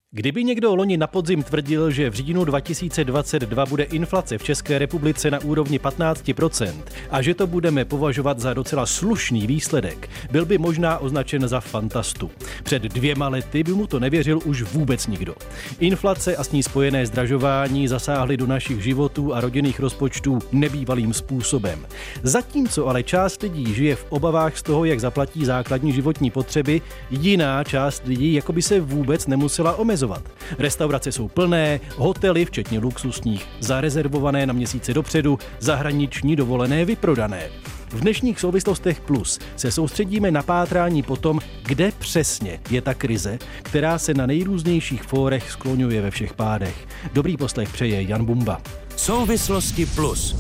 Kdyby někdo loni na podzim tvrdil, že v říjnu 2022 bude inflace v České republice na úrovni 15% a že to budeme považovat za docela slušný výsledek, byl by možná označen za fantastu. Před 2 lety by mu to nevěřil už vůbec nikdo. Inflace a s ní spojené zdražování zasáhly do našich životů a rodinných rozpočtů nebývalým způsobem. Zatímco ale část lidí žije v obavách z toho, jak zaplatí základní životní potřeby, jiná část lidí jakoby se vůbec nemusela omezovat. Restaurace jsou plné, hotely, včetně luxusních, zarezervované na měsíce dopředu, zahraniční dovolené vyprodané. V dnešních souvislostech Plus se soustředíme na pátrání po tom, kde přesně je ta krize, která se na nejrůznějších fórech skloňuje ve všech pádech. Dobrý poslech přeje Jan Bumba. Souvislosti Plus.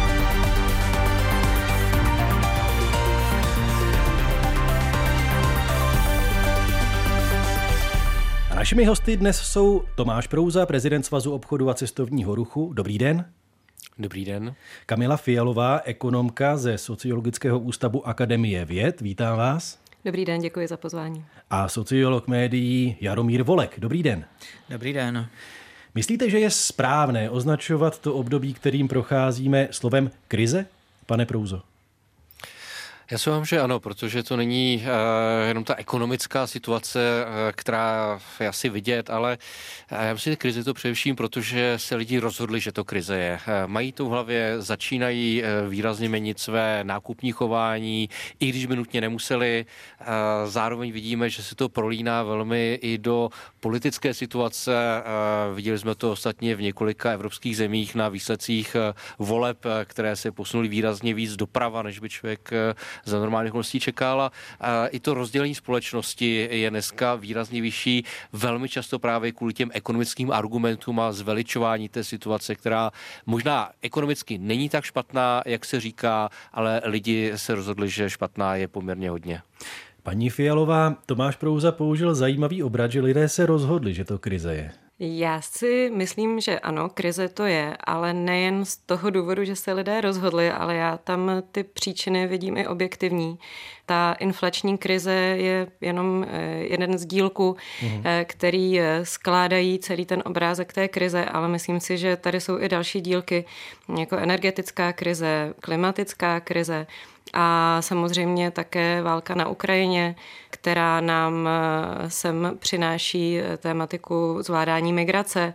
Našimi hosty dnes jsou Tomáš Prouza, prezident Svazu obchodu a cestovního ruchu. Dobrý den. Dobrý den. Kamila Fialová, ekonomka ze Sociologického ústavu Akademie věd. Vítám vás. Dobrý den, děkuji za pozvání. A sociolog médií Jaromír Volek. Dobrý den. Dobrý den. Myslíte, že je správné označovat to období, kterým procházíme, slovem krize, pane Prouzo? Já se vám, že ano, protože to není jenom ta ekonomická situace, která je asi vidět, ale já myslím, že krize to především, protože se lidi rozhodli, že to krize je. Mají to v hlavě, začínají výrazně měnit své nákupní chování, i když by nutně nemuseli. Zároveň vidíme, že se to prolíná velmi i do politické situace. Viděli jsme to ostatně v několika evropských zemích na výsledcích voleb, které se posunuly výrazně víc doprava, než by člověk za normálních okolností čekala. I to rozdělení společnosti je dneska výrazně vyšší, velmi často právě kvůli těm ekonomickým argumentům a zveličování té situace, která možná ekonomicky není tak špatná, jak se říká, ale lidi se rozhodli, že špatná je poměrně hodně. Paní Fialová, Tomáš Prouza použil zajímavý obrat, že lidé se rozhodli, že to krize je. Já si myslím, že ano, krize to je, ale nejen z toho důvodu, že se lidé rozhodli, ale já tam ty příčiny vidím i objektivní. Ta inflační krize je jenom jeden z dílků, který skládají celý ten obrázek té krize, ale myslím si, že tady jsou i další dílky, jako energetická krize, klimatická krize, a samozřejmě také válka na Ukrajině, která nám sem přináší tématiku zvládání migrace,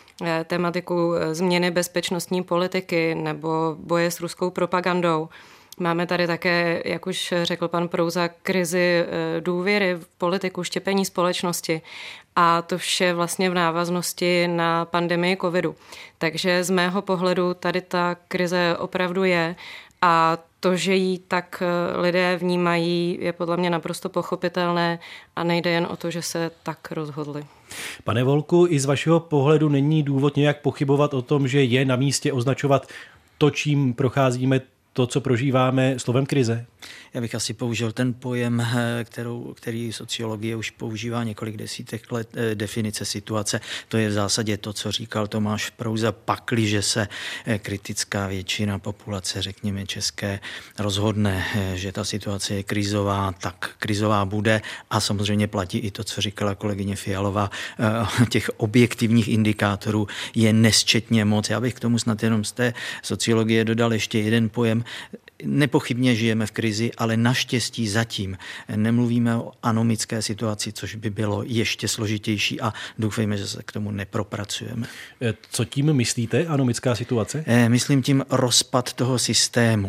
tématiku změny bezpečnostní politiky nebo boje s ruskou propagandou. Máme tady také, jak už řekl pan Prouza, krizi důvěry v politiku, štěpení společnosti a to vše vlastně v návaznosti na pandemii covidu. Takže z mého pohledu tady ta krize opravdu je a to, že ji tak lidé vnímají, je podle mě naprosto pochopitelné a nejde jen o to, že se tak rozhodli. Pane Volku, i z vašeho pohledu není důvod nějak pochybovat o tom, že je na místě označovat to, čím procházíme, to, co prožíváme, slovem krize? Já bych asi použil ten pojem, který sociologie už používá několik desítek let, definice situace. To je v zásadě to, co říkal Tomáš Prouza, pakliže se kritická většina populace, řekněme české, rozhodne, že ta situace je krizová, tak krizová bude a samozřejmě platí i to, co říkala kolegyně Fialová, těch objektivních indikátorů je nesčetně moc. Já bych k tomu snad jenom z té sociologie dodal ještě jeden pojem. Nepochybně žijeme v krizi, ale naštěstí zatím nemluvíme o anomické situaci, což by bylo ještě složitější a doufejme, že se k tomu nepropracujeme. Co tím myslíte, anomická situace? Myslím tím rozpad toho systému.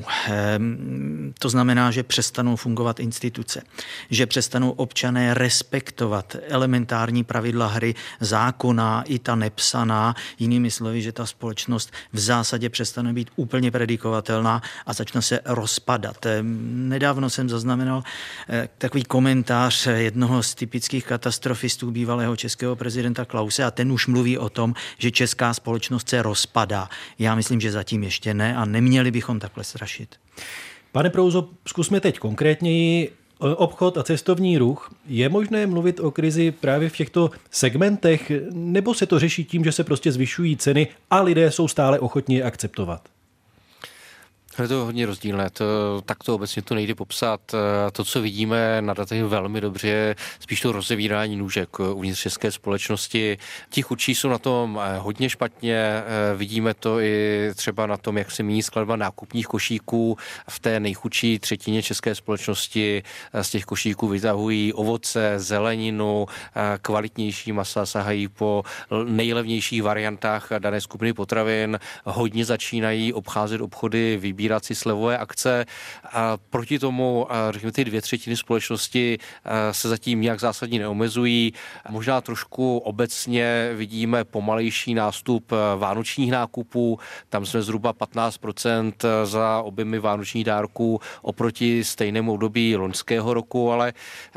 To znamená, že přestanou fungovat instituce, že přestanou občané respektovat elementární pravidla hry, zákonná i ta nepsaná, jinými slovy, že ta společnost v zásadě přestane být úplně predikovatelná a začne se rozpadat. Nedávno jsem zaznamenal takový komentář jednoho z typických katastrofistů bývalého českého prezidenta Klause a ten už mluví o tom, že česká společnost se rozpadá. Já myslím, že zatím ještě ne a neměli bychom takhle strašit. Pane Prouzo, zkusme teď konkrétněji obchod a cestovní ruch. Je možné mluvit o krizi právě v těchto segmentech, nebo se to řeší tím, že se prostě zvyšují ceny a lidé jsou stále ochotní je akceptovat? Je to hodně rozdílné, takto obecně to nejde popsat. To, co vidíme na datech velmi dobře, je spíš to rozevírání nůžek uvnitř české společnosti. Ti chudší jsou na tom hodně špatně, vidíme to i třeba na tom, jak se mění skladba nákupních košíků. V té nejchudší třetině české společnosti z těch košíků vytahují ovoce, zeleninu, kvalitnější masa, sahají po nejlevnějších variantách dané skupiny potravin, hodně začínají obcházet obchody, vybírat si slevové akce. A proti tomu, řekněme, ty 2/3 společnosti se zatím nějak zásadně neomezují. Možná trošku obecně vidíme pomalejší nástup vánočních nákupů. Tam jsme zhruba 15% za objemy vánočních dárků oproti stejnému období loňského roku, ale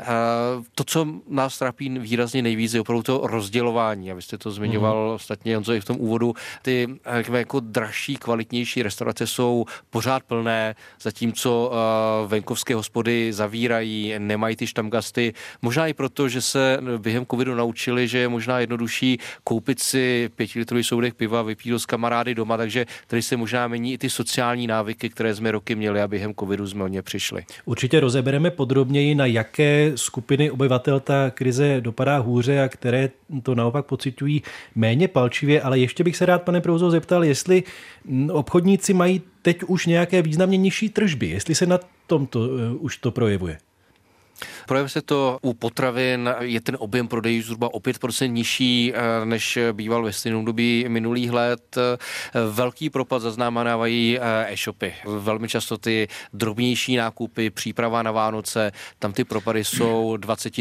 to, co nás trápí výrazně nejvíc, je opravdu to rozdělování. A vy jste to zmiňoval ostatně, Honzo, i v tom úvodu. Ty jako dražší, kvalitnější restaurace jsou pořád plné, zatímco venkovské hospody zavírají, nemají ty štamgasty. Možná i proto, že se během covidu naučili, že je možná jednodušší koupit si 5litrový soudek piva, vypít ho s kamarády doma, takže tady se možná mění i ty sociální návyky, které jsme roky měli a během covidu jsme o ně přišli. Určitě rozebereme podrobněji, na jaké skupiny obyvatel ta krize dopadá hůře a které to naopak pociťují méně palčivě, ale ještě bych se rád, pane Prouzo, zeptal, jestli obchodníci mají teď už nějaké významně nižší tržby, jestli se na tomto už to projevuje. Projevuje se to u potravin, je ten objem prodejů zhruba o 5% nižší, než býval ve stejném dobí minulých let. Velký propad zaznamenávají e-shopy. Velmi často ty drobnější nákupy, příprava na Vánoce, tam ty propady jsou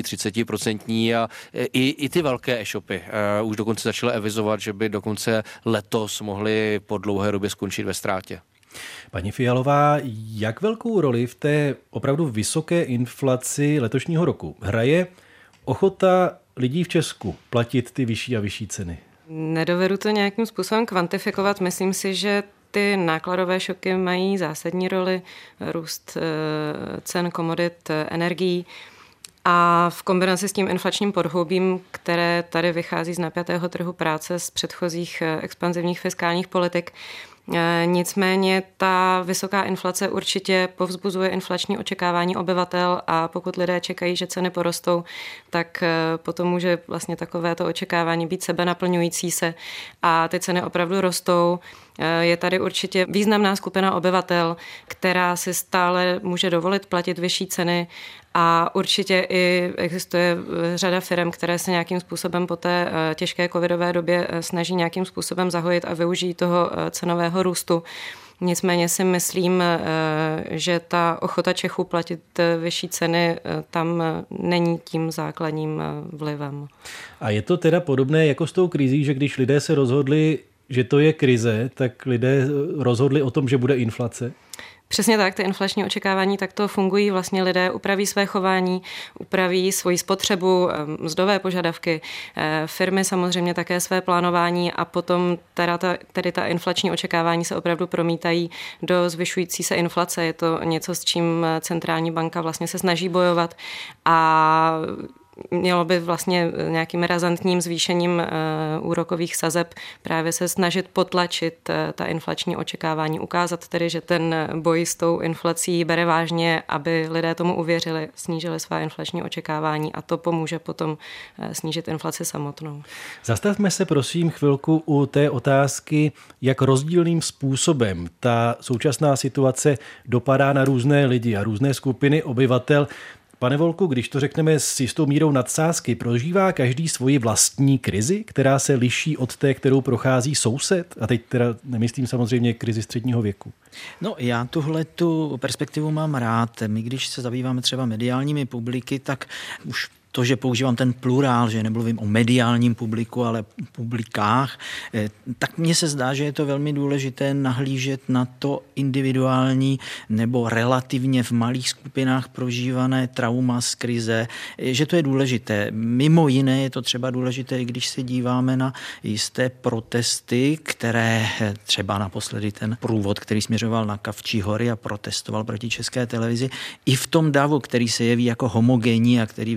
20-30% a i ty velké e-shopy už dokonce začaly avizovat, že by dokonce letos mohly po dlouhé době skončit ve ztrátě. Paní Fialová, jak velkou roli v té opravdu vysoké inflaci letošního roku hraje ochota lidí v Česku platit ty vyšší a vyšší ceny? Nedovedu to nějakým způsobem kvantifikovat. Myslím si, že ty nákladové šoky mají zásadní roli, růst cen komodit, energií a v kombinaci s tím inflačním podhoubím, které tady vychází z napjatého trhu práce z předchozích expanzivních fiskálních politik. Nicméně ta vysoká inflace určitě povzbuzuje inflační očekávání obyvatel a pokud lidé čekají, že ceny porostou, tak potom může vlastně takovéto očekávání být sebenaplňující se a ty ceny opravdu rostou. Je tady určitě významná skupina obyvatel, která si stále může dovolit platit vyšší ceny a určitě i existuje řada firm, které se nějakým způsobem po té těžké covidové době snaží nějakým způsobem zahojit a využijí toho cenového růstu. Nicméně si myslím, že ta ochota Čechů platit vyšší ceny tam není tím základním vlivem. A je to teda podobné jako s tou krizí, že když lidé se rozhodli, že to je krize, tak lidé rozhodli o tom, že bude inflace? Přesně tak, ty inflační očekávání takto fungují. Vlastně lidé upraví své chování, upraví svoji spotřebu, mzdové požadavky, firmy samozřejmě také své plánování a potom tedy ta inflační očekávání se opravdu promítají do zvyšující se inflace. Je to něco, s čím centrální banka vlastně se snaží bojovat a mělo by vlastně nějakým razantním zvýšením úrokových sazeb právě se snažit potlačit ta inflační očekávání, ukázat tedy, že ten boj s tou inflací bere vážně, aby lidé tomu uvěřili, snížili svá inflační očekávání a to pomůže potom snížit inflaci samotnou. Zastavme se prosím chvilku u té otázky, jak rozdílným způsobem ta současná situace dopadá na různé lidi a různé skupiny obyvatel. Pane Volku, když to řekneme s jistou mírou nadsázky, prožívá každý svoji vlastní krizi, která se liší od té, kterou prochází soused? A teď teda nemyslím samozřejmě krizi středního věku. No, já tu perspektivu mám rád. My, když se zabýváme třeba mediálními publiky, tak už to, že používám ten plurál, že nemluvím o mediálním publiku, ale publikách, tak mně se zdá, že je to velmi důležité nahlížet na to individuální nebo relativně v malých skupinách prožívané trauma z krize, že to je důležité. Mimo jiné je to třeba důležité, když se díváme na jisté protesty, které třeba naposledy ten průvod, který směřoval na Kavčí hory a protestoval proti České televizi, i v tom davu, který se jeví jako homogenní a který vykřikuje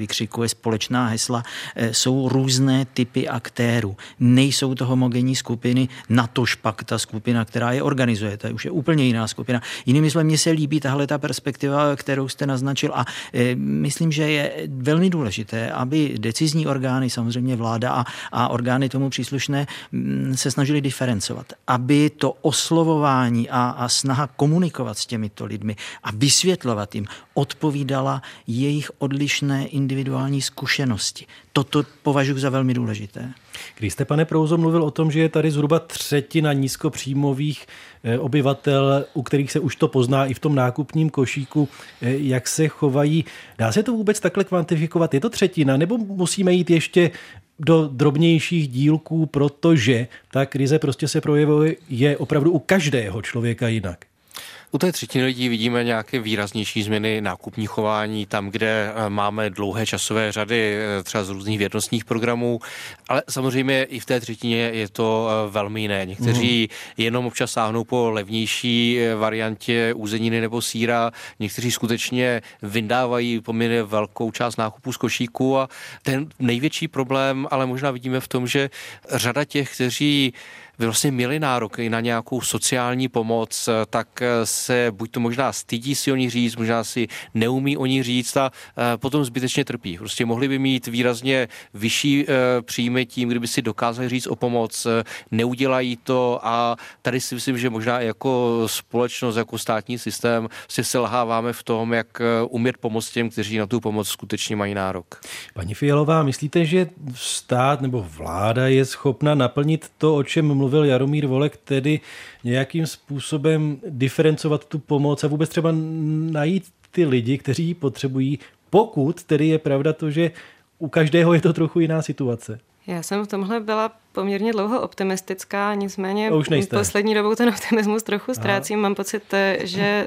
takové společná hesla, jsou různé typy aktérů. Nejsou to homogenní skupiny, natož pak ta skupina, která je organizuje. To je už úplně jiná skupina. Jinými slovy, mně se líbí tahle ta perspektiva, kterou jste naznačil a myslím, že je velmi důležité, aby decizní orgány, samozřejmě vláda a orgány tomu příslušné se snažili diferencovat. Aby to oslovování a snaha komunikovat s těmito lidmi a vysvětlovat jim odpovídala jejich odlišné individuální zkušenosti. Toto považuji za velmi důležité. Když jste, pane Prouzo, mluvil o tom, že je tady zhruba třetina nízkopříjmových obyvatel, u kterých se už to pozná i v tom nákupním košíku, jak se chovají. Dá se to vůbec takhle kvantifikovat? Je to třetina, nebo musíme jít ještě do drobnějších dílků, protože ta krize prostě se projevuje opravdu u každého člověka jinak? U té třetiny lidí vidíme nějaké výraznější změny nákupní chování, tam, kde máme dlouhé časové řady, třeba z různých věrnostních programů, ale samozřejmě i v té třetině je to velmi jiné. Někteří jenom občas sáhnou po levnější variantě uzeniny nebo sýra, někteří skutečně vyndávají poměrně velkou část nákupů z košíku a ten největší problém ale možná vidíme v tom, že řada těch, kteří vlastně měli nárok i na nějakou sociální pomoc, tak se buď to možná stydí si o ní říct, možná si neumí o ní říct a potom zbytečně trpí. Prostě mohli by mít výrazně vyšší příjmy tím, kdyby si dokázali říct o pomoc, neudělají to a tady si myslím, že možná jako společnost, jako státní systém si selháváme v tom, jak umět pomoct těm, kteří na tu pomoc skutečně mají nárok. Paní Fialová, myslíte, že stát nebo vláda je schopna naplnit to, o čem mluvil Jaromír Volek, tedy nějakým způsobem diferencovat tu pomoc a vůbec třeba najít ty lidi, kteří ji potřebují, pokud tedy je pravda to, že u každého je to trochu jiná situace? Já jsem v tomhle byla poměrně dlouho optimistická, nicméně poslední dobou ten optimismus trochu ztrácím. Mám pocit, že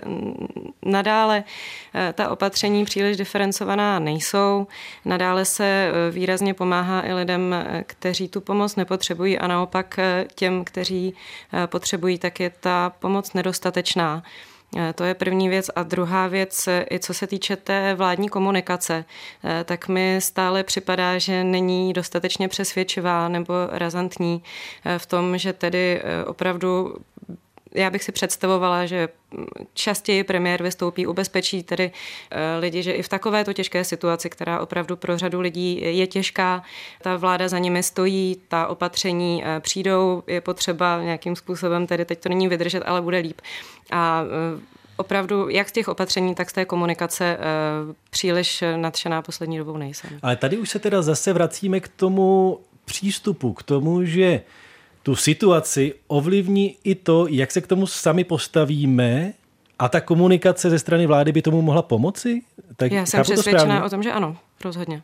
nadále ta opatření příliš diferencovaná nejsou. Nadále se výrazně pomáhá i lidem, kteří tu pomoc nepotřebují a naopak těm, kteří potřebují, tak je ta pomoc nedostatečná. To je první věc. A druhá věc, i co se týče té vládní komunikace, tak mi stále připadá, že není dostatečně přesvědčivá nebo razantní v tom, že tedy opravdu já bych si představovala, že častěji premiér vystoupí, ubezpečí tedy lidi, že i v takovéto těžké situaci, která opravdu pro řadu lidí je těžká, ta vláda za nimi stojí, ta opatření přijdou, je potřeba nějakým způsobem, tedy teď to není vydržet, ale bude líp. A opravdu jak z těch opatření, tak z té komunikace příliš nadšená poslední dobou nejsem. Ale tady už se teda zase vracíme k tomu přístupu, k tomu, že tu situaci ovlivní i to, jak se k tomu sami postavíme a ta komunikace ze strany vlády by tomu mohla pomoci? Tak já jsem přesvědčená o tom, že ano, rozhodně.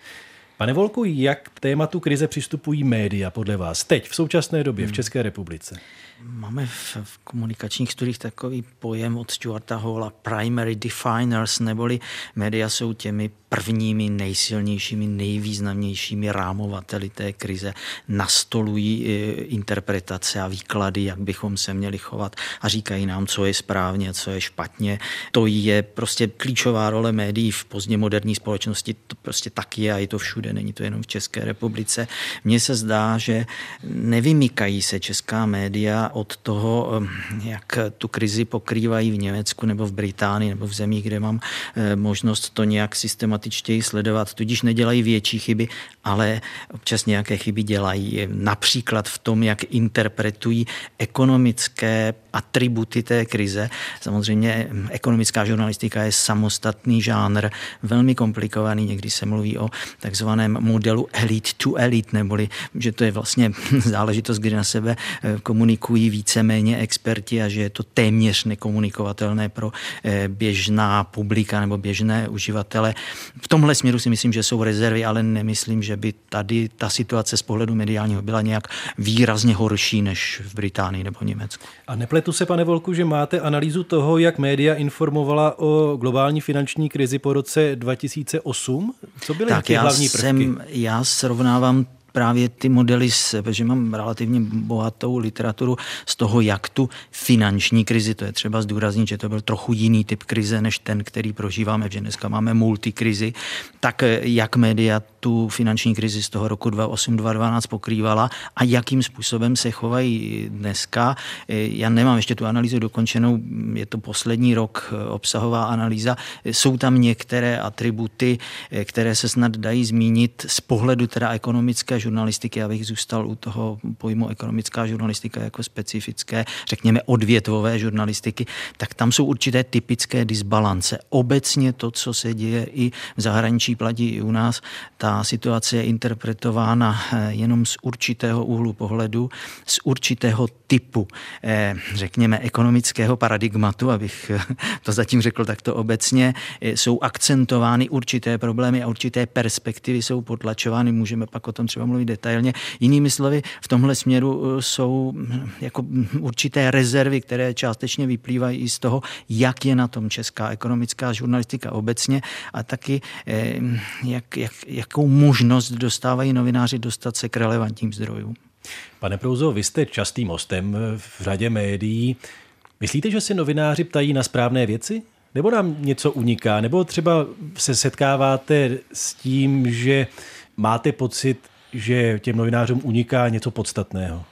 Pane Volku, jak k tématu krize přistupují média podle vás teď, v současné době v České republice? Máme v komunikačních studiích takový pojem od Stuarta Halla primary definers, neboli média jsou těmi prvními, nejsilnějšími, nejvýznamnějšími rámovateli té krize, nastolují interpretace a výklady, jak bychom se měli chovat a říkají nám, co je správně, co je špatně. To je prostě klíčová role médií v pozdně moderní společnosti, to prostě tak je a je to všude, není to jenom v České republice. Mně se zdá, že nevymykají se česká média od toho, jak tu krizi pokrývají v Německu nebo v Británii nebo v zemích, kde mám možnost to nějak systematičtěji sledovat. Tudíž nedělají větší chyby, ale občas nějaké chyby dělají. Například v tom, jak interpretují ekonomické atributy té krize. Samozřejmě ekonomická žurnalistika je samostatný žánr, velmi komplikovaný. Někdy se mluví o takzvaném modelu elite to elite, neboli že to je vlastně záležitost, kdy na sebe komunikují víceméně experti a že je to téměř nekomunikovatelné pro běžná publika nebo běžné uživatele. V tomhle směru si myslím, že jsou rezervy, ale nemyslím, že by tady ta situace z pohledu mediálního byla nějak výrazně horší než v Británii nebo Německu. A nepletu se, pane Volku, že máte analýzu toho, jak média informovala o globální finanční krizi po roce 2008? Co byly ty hlavní prvky? Já srovnávám právě ty modely, protože mám relativně bohatou literaturu z toho, jak tu finanční krizi, to je třeba zdůraznit, že to byl trochu jiný typ krize, než ten, který prožíváme, že dneska máme multikrizi, tak jak média tu finanční krizi z toho roku 2008-2012 pokrývala a jakým způsobem se chovají dneska. Já nemám ještě tu analýzu dokončenou, je to poslední rok obsahová analýza. Jsou tam některé atributy, které se snad dají zmínit z pohledu teda ekonomické žurnalistiky, abych zůstal u toho pojmu ekonomická žurnalistika jako specifické, řekněme odvětvové žurnalistiky, tak tam jsou určité typické disbalance. Obecně to, co se děje i v zahraničí, platí i u nás. Ta situace je interpretována jenom z určitého úhlu pohledu, z určitého typu, řekněme, ekonomického paradigmatu, abych to zatím řekl takto obecně. Jsou akcentovány určité problémy a určité perspektivy jsou potlačovány, můžeme pak o tom třeba mluvit detailně. Jinými slovy, v tomhle směru jsou jako určité rezervy, které částečně vyplývají i z toho, jak je na tom česká ekonomická žurnalistika obecně a taky jakou možnost dostávají novináři dostat se k relevantním zdrojům. Pane Prouzo, vy jste častým hostem v řadě médií. Myslíte, že si novináři ptají na správné věci? Nebo nám něco uniká? Nebo třeba se setkáváte s tím, že máte pocit, že těm novinářům uniká něco podstatného?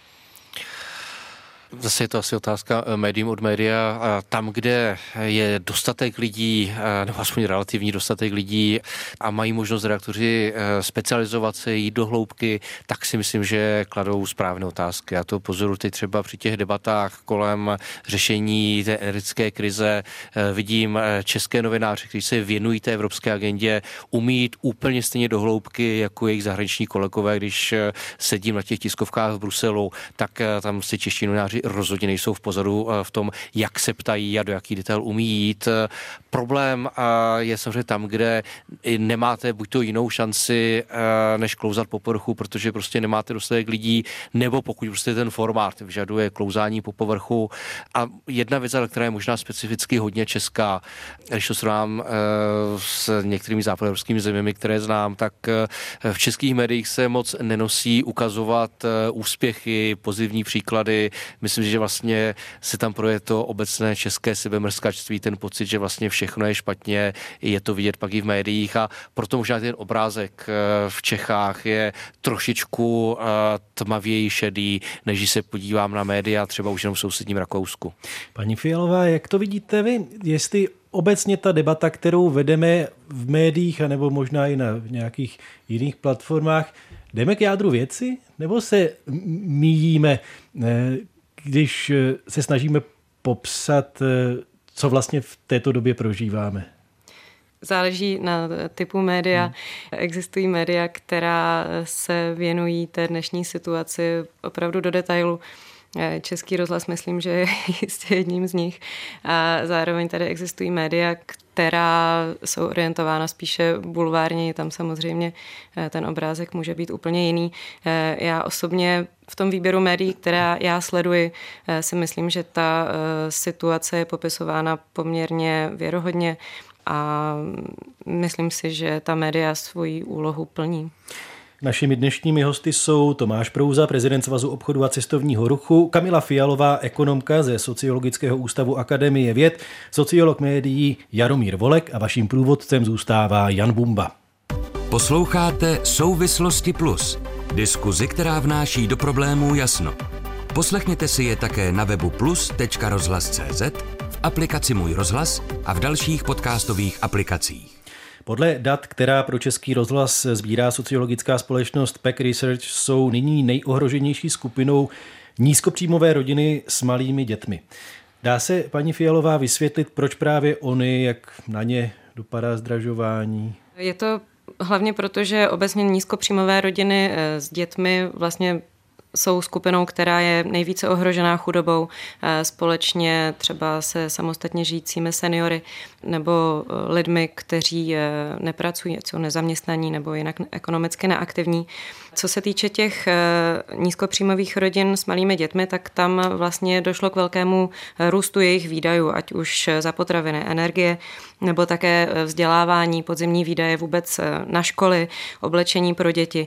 Zase je to asi otázka médium od média. Tam, kde je dostatek lidí, nebo aspoň relativní dostatek lidí a mají možnost redaktoři specializovat se, jít do hloubky, tak si myslím, že kladou správné otázky. Já to pozoruji teď třeba při těch debatách kolem řešení té energetické krize. Vidím české novináře, kteří se věnují té evropské agendě, umí jít úplně stejně do hloubky jako jejich zahraniční kolegové. Když sedím na těch tiskovkách v Bruselu, tak tam si čeští novináři rozhodně nejsou v pozoru v tom, jak se ptají a do jaký detail umí jít. Problém je samozřejmě tam, kde nemáte buď to jinou šanci, než klouzat po povrchu, protože prostě nemáte dostatek lidí, nebo pokud prostě ten formát vyžaduje klouzání po povrchu. A jedna věc, která je možná specificky hodně česká, když to srovnám s některými západoevropskými zeměmi, které znám, tak v českých médiích se moc nenosí ukazovat úspěchy, pozitivní příklady. Myslím, že vlastně se tam projeví to obecné české sebemrskačství, ten pocit, že vlastně všechno je špatně, je to vidět pak i v médiích a proto možná ten obrázek v Čechách je trošičku tmavěji šedý, než když se podívám na média třeba už jenom v sousedním Rakousku. Paní Fialová, jak to vidíte vy? Jestli obecně ta debata, kterou vedeme v médiích anebo možná i na nějakých jiných platformách, jdeme k jádru věci? Nebo se míjíme, když se snažíme popsat, co vlastně v této době prožíváme? Záleží na typu média. Existují média, která se věnují té dnešní situaci opravdu do detailu. Český rozhlas, myslím, že je jistě jedním z nich. A zároveň tady existují média, která jsou orientována spíše bulvárně. Tam samozřejmě ten obrázek může být úplně jiný. Já osobně v tom výběru médií, která já sleduji, si myslím, že ta situace je popisována poměrně věrohodně a myslím si, že ta média svoji úlohu plní. Našimi dnešními hosty jsou Tomáš Prouza, prezident Svazu obchodu a cestovního ruchu, Kamila Fialová, ekonomka ze Sociologického ústavu Akademie věd, sociolog médií Jaromír Volek a vaším průvodcem zůstává Jan Bumba. Posloucháte Souvislosti Plus, diskuzi, která vnáší do problémů jasno. Poslechněte si je také na webu plus.rozhlas.cz, v aplikaci Můj rozhlas a v dalších podcastových aplikacích. Podle dat, která pro Český rozhlas sbírá sociologická společnost Peck Research, jsou nyní nejohroženější skupinou nízkopříjmové rodiny s malými dětmi. Dá se, paní Fialová, vysvětlit, proč právě oni, jak na ně dopadá zdražování? Je to hlavně proto, že obecně nízkopříjmové rodiny s dětmi vlastně jsou skupinou, která je nejvíce ohrožená chudobou, společně třeba se samostatně žijícími seniory nebo lidmi, kteří nepracují, jsou nezaměstnaní nebo jinak ekonomicky neaktivní. Co se týče těch nízkopříjmových rodin s malými dětmi, tak tam vlastně došlo k velkému růstu jejich výdajů, ať už za potraviny, energie, nebo také vzdělávání, podzimní výdaje vůbec na školy, oblečení pro děti.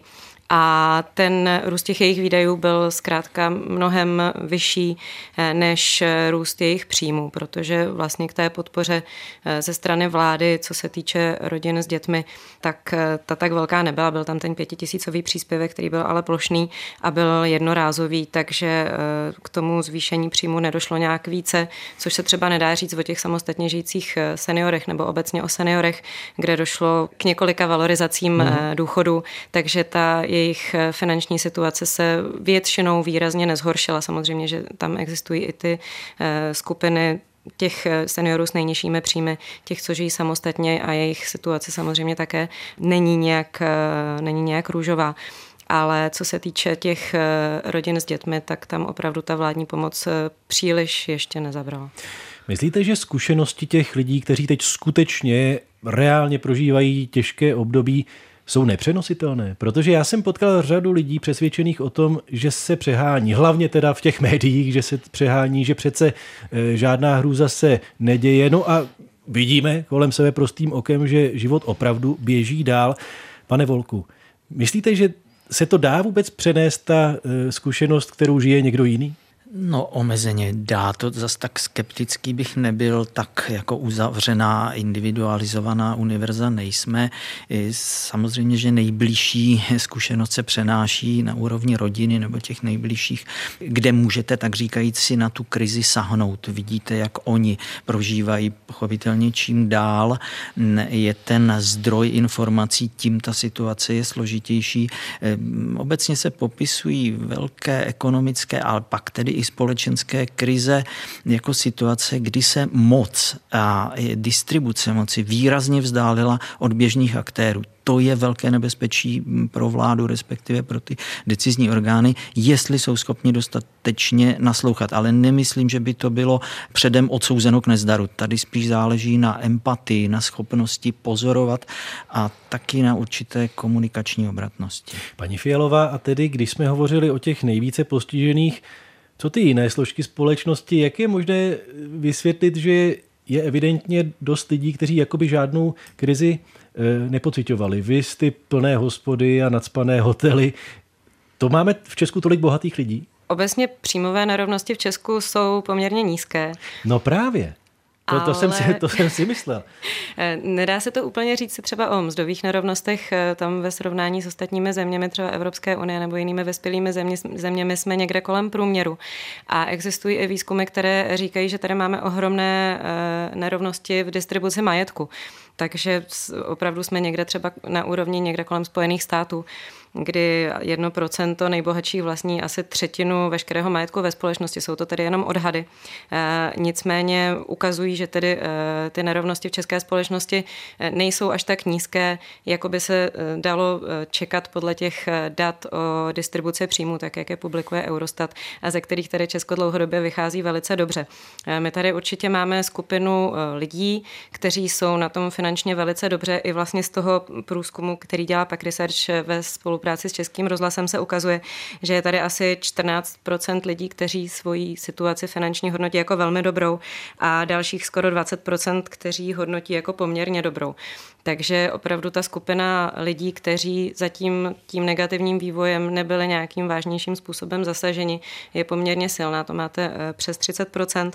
A ten růst těch jejich výdajů byl zkrátka mnohem vyšší než růst jejich příjmů, protože vlastně k té podpoře ze strany vlády, co se týče rodin s dětmi, tak ta tak velká nebyla. Byl tam ten 5 000 příspěvek, který byl ale plošný a byl jednorázový, takže k tomu zvýšení příjmu nedošlo nějak více, což se třeba nedá říct o těch samostatně žijících seniorech nebo obecně o seniorech, kde došlo k několika valorizacím důchodů, takže ta jejich finanční situace se většinou výrazně nezhoršila. Samozřejmě, že tam existují i ty skupiny těch seniorů s nejnižšími příjmy, těch, co žijí samostatně a jejich situace samozřejmě také není nějak růžová. Ale co se týče těch rodin s dětmi, tak tam opravdu ta vládní pomoc příliš ještě nezabrala. Myslíte, že zkušenosti těch lidí, kteří teď skutečně reálně prožívají těžké období, jsou nepřenositelné? Protože já jsem potkal řadu lidí přesvědčených o tom, že se přehání, hlavně teda v těch médiích, že se přehání, že přece žádná hrůza se neděje. No a vidíme kolem sebe prostým okem, že život opravdu běží dál. Pane Volku, myslíte, že se to dá vůbec přenést, ta zkušenost, kterou žije někdo jiný? No, omezeně dá, to zas tak skeptický bych nebyl, tak jako uzavřená, individualizovaná univerza nejsme. Samozřejmě, že nejbližší zkušenost se přenáší na úrovni rodiny nebo těch nejbližších, kde můžete, tak říkajíc, si na tu krizi sahnout. Vidíte, jak oni prožívají, pochopitelně čím dál je ten zdroj informací, tím ta situace je složitější. Obecně se popisují velké ekonomické, ale pak tedy i společenské krize jako situace, kdy se moc a distribuce moci výrazně vzdálila od běžných aktérů. To je velké nebezpečí pro vládu, respektive pro ty decizní orgány, jestli jsou schopni dostatečně naslouchat. Ale nemyslím, že by to bylo předem odsouzeno k nezdaru. Tady spíš záleží na empatii, na schopnosti pozorovat a taky na určité komunikační obratnosti. Paní Fialová, a tedy, když jsme hovořili o těch nejvíce postižených, co ty jiné složky společnosti, jak je možné vysvětlit, že je evidentně dost lidí, kteří jakoby žádnou krizi nepociťovali? Vy ty plné hospody a nacpané hotely. To máme v Česku tolik bohatých lidí? Obecně příjmové nerovnosti v Česku jsou poměrně nízké. No právě. To jsem si myslel. Nedá se to úplně říct si třeba o mzdových nerovnostech. Tam ve srovnání s ostatními zeměmi, třeba Evropské unie nebo jinými vyspělými zeměmi jsme někde kolem průměru. A existují i výzkumy, které říkají, že tady máme ohromné nerovnosti v distribuci majetku. Takže opravdu jsme někde třeba na úrovni někde kolem Spojených států, kdy 1% nejbohatších vlastní asi třetinu veškerého majetku ve společnosti. Jsou to tedy jenom odhady. Nicméně ukazují, že tedy ty nerovnosti v české společnosti nejsou až tak nízké, jako by se dalo čekat podle těch dat o distribuci příjmů, tak jak je publikuje Eurostat, a ze kterých tady Česko dlouhodobě vychází velice dobře. My tady určitě máme skupinu lidí, kteří jsou na tom finančně velice dobře. I vlastně z toho průzkumu, který dělá PAQ Research ve spolupráci s Českým rozhlasem, se ukazuje, že je tady asi 14% lidí, kteří svoji situaci finanční hodnotí jako velmi dobrou a dalších skoro 20%, kteří hodnotí jako poměrně dobrou. Takže opravdu ta skupina lidí, kteří zatím tím negativním vývojem nebyli nějakým vážnějším způsobem zasaženi, je poměrně silná. To máte přes 30%.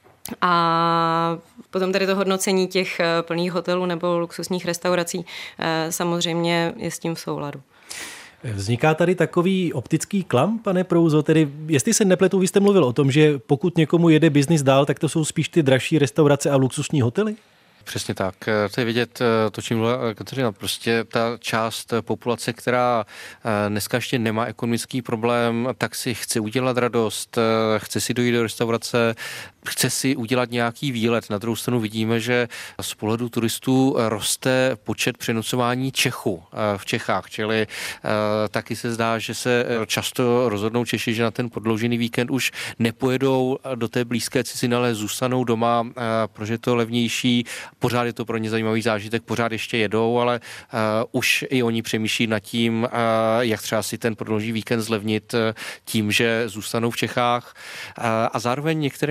A potom tady to hodnocení těch plných hotelů nebo luxusních restaurací samozřejmě je s tím v souladu. Vzniká tady takový optický klam, pane Prouzo, tedy jestli se nepletu, vy jste mluvil o tom, že pokud někomu jede biznis dál, tak to jsou spíš ty dražší restaurace a luxusní hotely? Přesně tak. To je vidět, to, čím mluvila Kateřina. Prostě ta část populace, která dneska ještě nemá ekonomický problém, tak si chce udělat radost, chce si dojít do restaurace, chce si udělat nějaký výlet. Na druhou stranu vidíme, že z pohledu turistů roste počet přenocování Čechů v Čechách, čili taky se zdá, že se často rozhodnou Češi, že na ten prodloužený víkend už nepojedou do té blízké ciziny, ale zůstanou doma, protože je to levnější. Pořád je to pro ně zajímavý zážitek, pořád ještě jedou, ale už i oni přemýšlí nad tím, jak třeba si ten prodloužený víkend zlevnit tím, že zůstanou v Čechách. A zároveň některé věci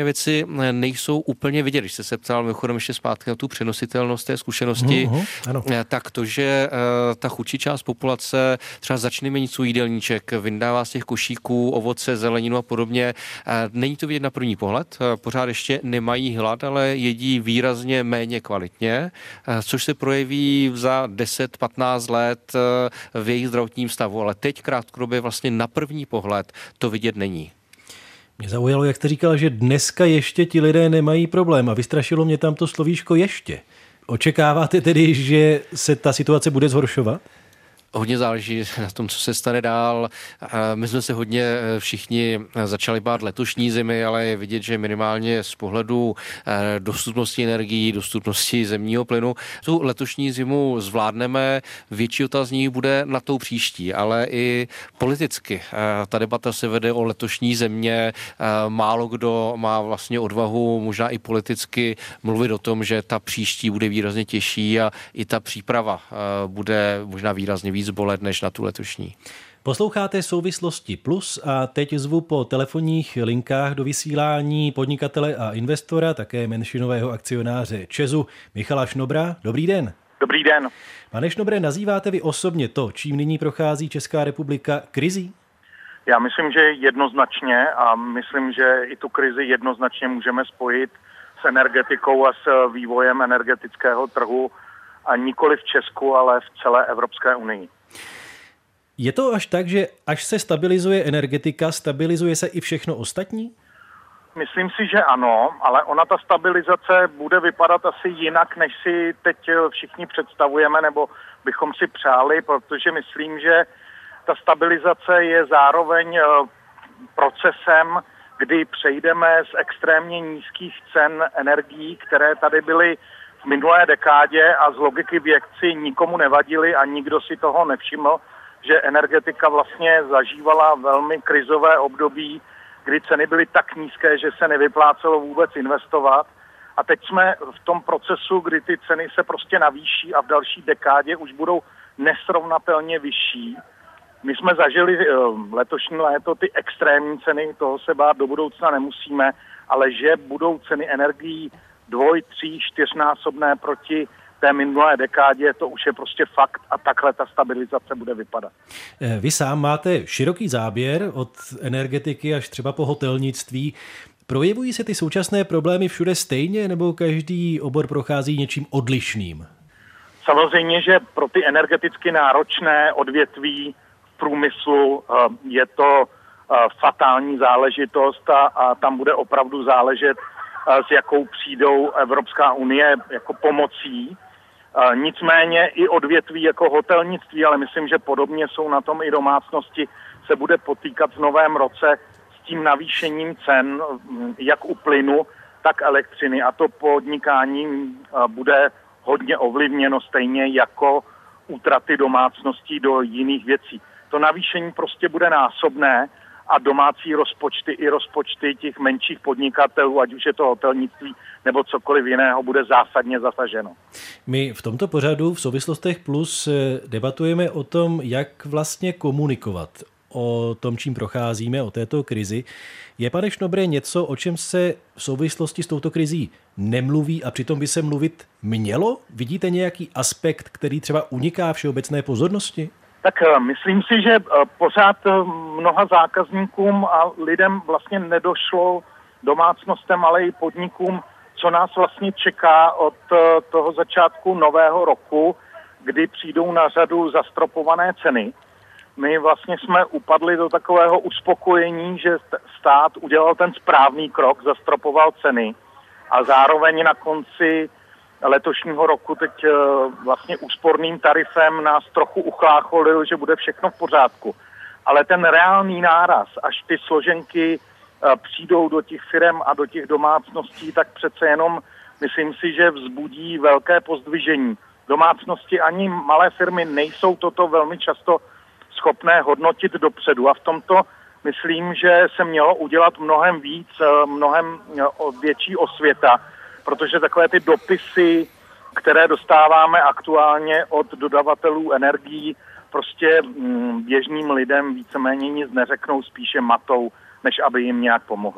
nejsou úplně vidět. Když jste se ptal mimochodem ještě zpátky na tu přenositelnost té zkušenosti, tak to, že ta chudší část populace třeba začne mít svůj jídelníček, vyndává z těch košíků ovoce, zeleninu a podobně, není to vidět na první pohled. Pořád ještě nemají hlad, ale jedí výrazně méně kvalitně, což se projeví za 10-15 let v jejich zdravotním stavu. Ale teď krátkodobě vlastně na první pohled to vidět není. Mě zaujalo, jak jste říkal, že dneska ještě ti lidé nemají problém a vystrašilo mě tam to slovíčko ještě. Očekáváte tedy, že se ta situace bude zhoršovat? Hodně záleží na tom, co se stane dál. My jsme se hodně všichni začali bát letošní zimy, ale je vidět, že minimálně z pohledu dostupnosti energií, dostupnosti zemního plynu, tu letošní zimu zvládneme. Větší otazník bude na tou příští, ale i politicky. Ta debata se vede o letošní zimě. Málo kdo má vlastně odvahu, možná i politicky, mluvit o tom, že ta příští bude výrazně těžší a i ta příprava bude možná výrazně víc bolet než na tu letošní. Posloucháte Souvislosti Plus a teď zvu po telefonních linkách do vysílání podnikatele a investora, také menšinového akcionáře ČEZu Michala Šnobra. Dobrý den. Dobrý den. Pane Šnobre, nazýváte vy osobně to, čím nyní prochází Česká republika, krizí? Já myslím, že jednoznačně a myslím, že i tu krizi jednoznačně můžeme spojit s energetikou a s vývojem energetického trhu a nikoli v Česku, ale v celé Evropské unii. Je to až tak, že až se stabilizuje energetika, stabilizuje se i všechno ostatní? Myslím si, že ano, ale ona ta stabilizace bude vypadat asi jinak, než si teď všichni představujeme, nebo bychom si přáli, protože myslím, že ta stabilizace je zároveň procesem, kdy přejdeme z extrémně nízkých cen energií, které tady byly v minulé dekádě a z logiky věci nikomu nevadily a nikdo si toho nevšiml, že energetika vlastně zažívala velmi krizové období, kdy ceny byly tak nízké, že se nevyplácelo vůbec investovat. A teď jsme v tom procesu, kdy ty ceny se prostě navýší a v další dekádě už budou nesrovnatelně vyšší. My jsme zažili letošní léto ty extrémní ceny, toho se bát do budoucna nemusíme, ale že budou ceny energií 2-, 3-, 4násobné proti té minulé dekádě, to už je prostě fakt a takhle ta stabilizace bude vypadat. Vy sám máte široký záběr od energetiky až třeba po hotelnictví. Projevují se ty současné problémy všude stejně, nebo každý obor prochází něčím odlišným? Samozřejmě, že pro ty energeticky náročné odvětví v průmyslu je to fatální záležitost a tam bude opravdu záležet, s jakou přijdou Evropská unie jako pomocí. Nicméně i odvětví jako hotelnictví, ale myslím, že podobně jsou na tom i domácnosti, se bude potýkat v novém roce s tím navýšením cen, jak u plynu, tak elektřiny. A to podnikání bude hodně ovlivněno stejně jako útraty domácností do jiných věcí. To navýšení prostě bude násobné a domácí rozpočty i rozpočty těch menších podnikatelů, ať už je to hotelnictví nebo cokoliv jiného, bude zásadně zasaženo. My v tomto pořadu v Souvislostech Plus debatujeme o tom, jak vlastně komunikovat o tom, čím procházíme, o této krizi. Je, pane Šnobre, něco, o čem se v souvislosti s touto krizí nemluví a přitom by se mluvit mělo? Vidíte nějaký aspekt, který třeba uniká všeobecné pozornosti? Tak myslím si, že pořád mnoha zákazníkům a lidem vlastně nedošlo, domácnostem, ale i podnikům, co nás vlastně čeká od toho začátku nového roku, kdy přijdou na řadu zastropované ceny. My vlastně jsme upadli do takového uspokojení, že stát udělal ten správný krok, zastropoval ceny a zároveň na konci letošního roku teď vlastně úsporným tarifem nás trochu uchlácholil, že bude všechno v pořádku. Ale ten reálný náraz, až ty složenky přijdou do těch firem a do těch domácností, tak přece jenom myslím si, že vzbudí velké pozdvižení. Domácnosti ani malé firmy nejsou toto velmi často schopné hodnotit dopředu a v tomto myslím, že se mělo udělat mnohem víc, mnohem větší osvěta, protože takové ty dopisy, které dostáváme aktuálně od dodavatelů energií, prostě běžným lidem víceméně nic neřeknou, spíše matou, než aby jim nějak pomohli.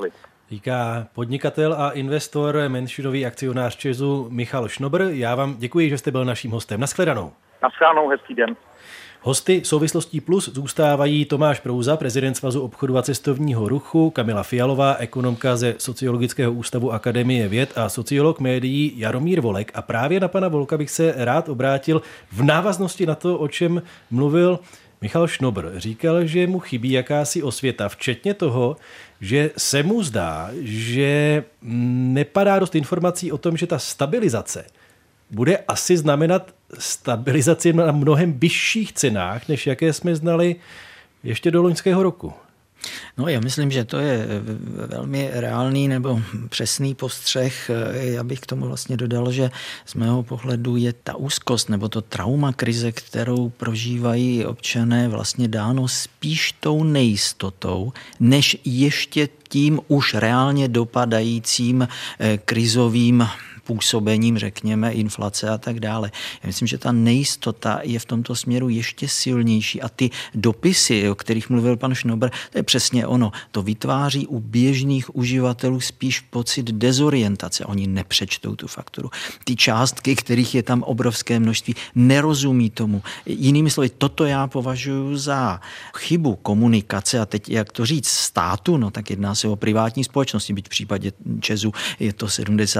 Říká podnikatel a investor, menšinový akcionář ČEZu Michal Šnobr. Já vám děkuji, že jste byl naším hostem. Naschledanou. Naschledanou, hezký den. Hosty Souvislostí Plus zůstávají Tomáš Prouza, prezident Svazu obchodu a cestovního ruchu, Kamila Fialová, ekonomka ze Sociologického ústavu Akademie věd a sociolog médií Jaromír Volek. A právě na pana Volka bych se rád obrátil v návaznosti na to, o čem mluvil Michal Šnobr. Říkal, že mu chybí jakási osvěta, včetně toho, že se mu zdá, že nepadá dost informací o tom, že ta stabilizace bude asi znamenat stabilizaci na mnohem vyšších cenách, než jaké jsme znali ještě do loňského roku. No, já myslím, že to je velmi reálný nebo přesný postřeh. Já bych k tomu vlastně dodal, že z mého pohledu je ta úzkost nebo to trauma krize, kterou prožívají občané, vlastně dáno spíš tou nejistotou, než ještě tím už reálně dopadajícím krizovým působením, řekněme, inflace a tak dále. Já myslím, že ta nejistota je v tomto směru ještě silnější a ty dopisy, o kterých mluvil pan Šnobr, to je přesně ono. To vytváří u běžných uživatelů spíš pocit dezorientace. Oni nepřečtou tu fakturu. Ty částky, kterých je tam obrovské množství, nerozumí tomu. Jinými slovy, toto já považuji za chybu komunikace a teď, jak to říct, státu, no tak jedná se o privátní společnosti, byť v případě ČEZu je to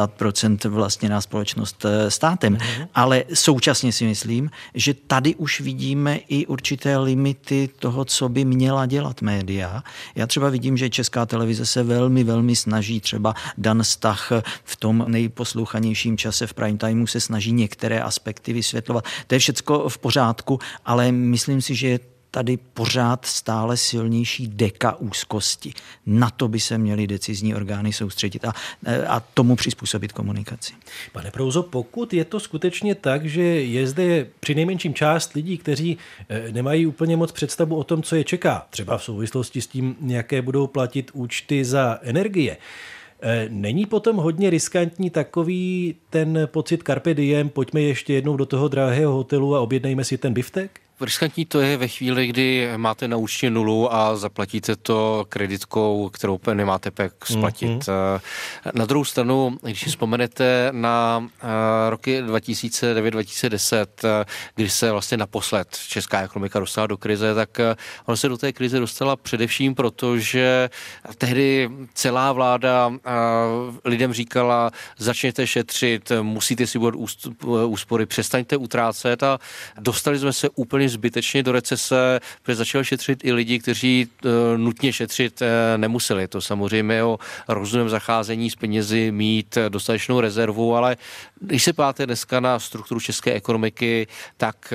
70% vlastně na společnost státem. Ale současně si myslím, že tady už vidíme i určité limity toho, co by měla dělat média. Já třeba vidím, že Česká televize se velmi, velmi snaží, třeba Dan Stach v tom nejposlouchanějším čase v prime timeu se snaží některé aspekty vysvětlovat. To je všecko v pořádku, ale myslím si, že je tady pořád stále silnější deka úzkosti. Na to by se měly decizní orgány soustředit a tomu přizpůsobit komunikaci. Pane Prouzo, pokud je to skutečně tak, že je zde přinejmenším část lidí, kteří nemají úplně moc představu o tom, co je čeká, třeba v souvislosti s tím, jaké budou platit účty za energie, není potom hodně riskantní takový ten pocit carpe diem, pojďme ještě jednou do toho drahého hotelu a objednejme si ten biftek? Riskantní to je ve chvíli, kdy máte na účtě nulu a zaplatíte to kreditkou, kterou nemáte pak splatit. Na druhou stranu, když si vzpomenete na roky 2009-2010, kdy se vlastně naposled česká ekonomika dostala do krize, tak ona se do té krize dostala především proto, že tehdy celá vláda lidem říkala, začněte šetřit, musíte si udělat úspory, přestaňte utrácet a dostali jsme se úplně zbytečně do recese, protože začali šetřit i lidi, kteří nutně šetřit nemuseli. To samozřejmě o rozumném zacházení s penězi mít dostatečnou rezervu, ale když se páte dneska na strukturu české ekonomiky, tak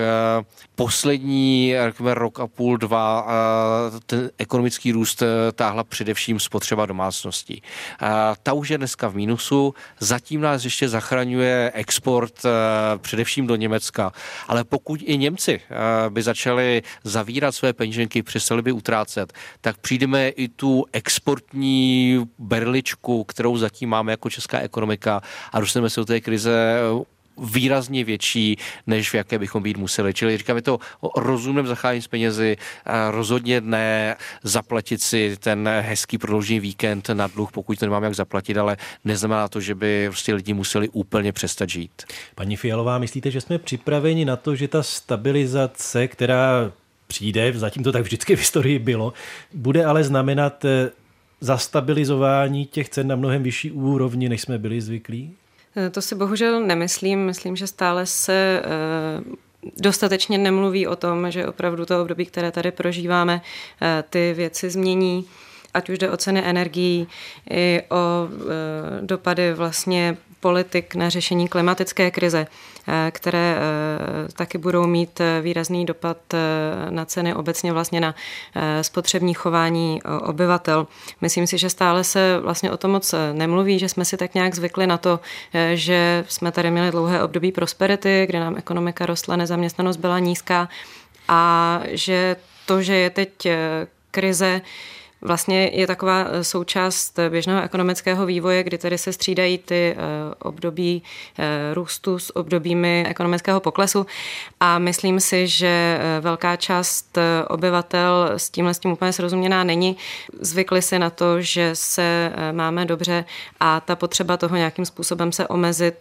poslední rok a půl, dva, ten ekonomický růst táhla především spotřeba domácností. Ta už je dneska v mínusu, zatím nás ještě zachraňuje export především do Německa, ale pokud i Němci by začali zavírat své peněženky, přestali by utrácet, tak přijdeme i tu exportní berličku, kterou zatím máme jako česká ekonomika a dostaneme se do té krize výrazně větší, než v jaké bychom být museli. Čili říkáme to o rozumném zacházení s penězi, rozhodně ne zaplatit si ten hezký prodloužený víkend na dluh, pokud to nemáme jak zaplatit, ale neznamená to, že by prostě lidi museli úplně přestat žít. Paní Fialová, myslíte, že jsme připraveni na to, že ta stabilizace, která přijde, zatím to tak vždycky v historii bylo, bude ale znamenat zastabilizování těch cen na mnohem vyšší úrovni, než jsme byli zvyklí? To si bohužel nemyslím. Myslím, že stále se dostatečně nemluví o tom, že opravdu to období, které tady prožíváme, ty věci změní. Ať už jde o ceny energií, i o dopady vlastně politik na řešení klimatické krize, které taky budou mít výrazný dopad na ceny, obecně vlastně na spotřební chování obyvatel. Myslím si, že stále se vlastně o tom moc nemluví, že jsme si tak nějak zvykli na to, že jsme tady měli dlouhé období prosperity, kde nám ekonomika rostla, nezaměstnanost byla nízká a že to, že je teď krize, vlastně je taková součást běžného ekonomického vývoje, kdy tedy se střídají ty období růstu s obdobími ekonomického poklesu a myslím si, že velká část obyvatel s tím úplně srozuměná není. Zvykli si na to, že se máme dobře a ta potřeba toho nějakým způsobem se omezit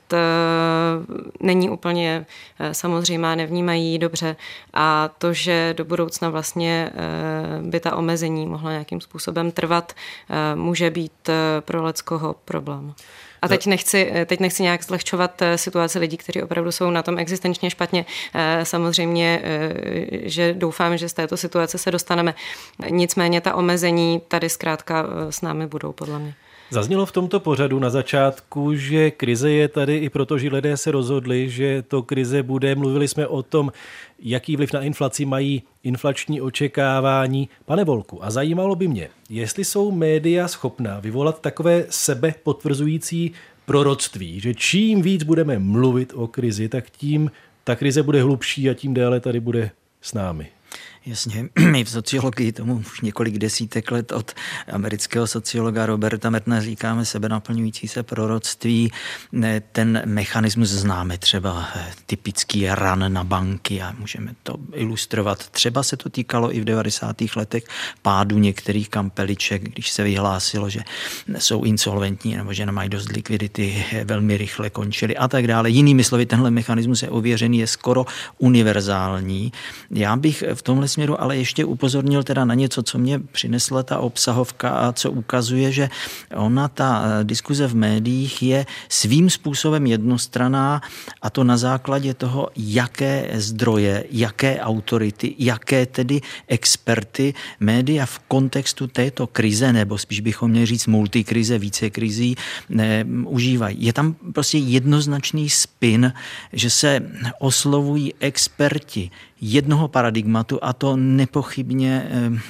není úplně samozřejmá, nevnímají dobře a to, že do budoucna vlastně by ta omezení mohla nějakým způsobem trvat, může být pro leckoho problém. A teď nechci nějak zlehčovat situaci lidí, kteří opravdu jsou na tom existenčně špatně. Samozřejmě, že doufám, že z této situace se dostaneme. Nicméně ta omezení tady zkrátka s námi budou, podle mě. Zaznělo v tomto pořadu na začátku, že krize je tady i proto, že lidé se rozhodli, že to krize bude. Mluvili jsme o tom, jaký vliv na inflaci mají inflační očekávání. Pane Volku, a zajímalo by mě, jestli jsou média schopná vyvolat takové sebepotvrzující proroctví, že čím víc budeme mluvit o krizi, tak tím ta krize bude hlubší a tím déle tady bude s námi. Jasně, my v sociologii tomu už několik desítek let od amerického sociologa Roberta Mertona říkáme sebenaplňující se proroctví. Ten mechanismus známe, třeba typický run na banky a můžeme to ilustrovat. Třeba se to týkalo i v 90. letech pádu některých kampeliček, když se vyhlásilo, že jsou insolventní nebo že nemají dost likvidity, velmi rychle končili a tak dále. Jinými slovy, tenhle mechanismus je ověřený, je skoro univerzální. Já bych v tomhle směru ale ještě upozornil teda na něco, co mě přinesla ta obsahovka a co ukazuje, že ona, ta diskuze v médiích je svým způsobem jednostranná a to na základě toho, jaké zdroje, jaké autority, jaké tedy experty média v kontextu této krize, nebo spíš bychom měli říct multikrize, více krizí, užívají. Je tam prostě jednoznačný spin, že se oslovují experti jednoho paradigmatu a to nepochybně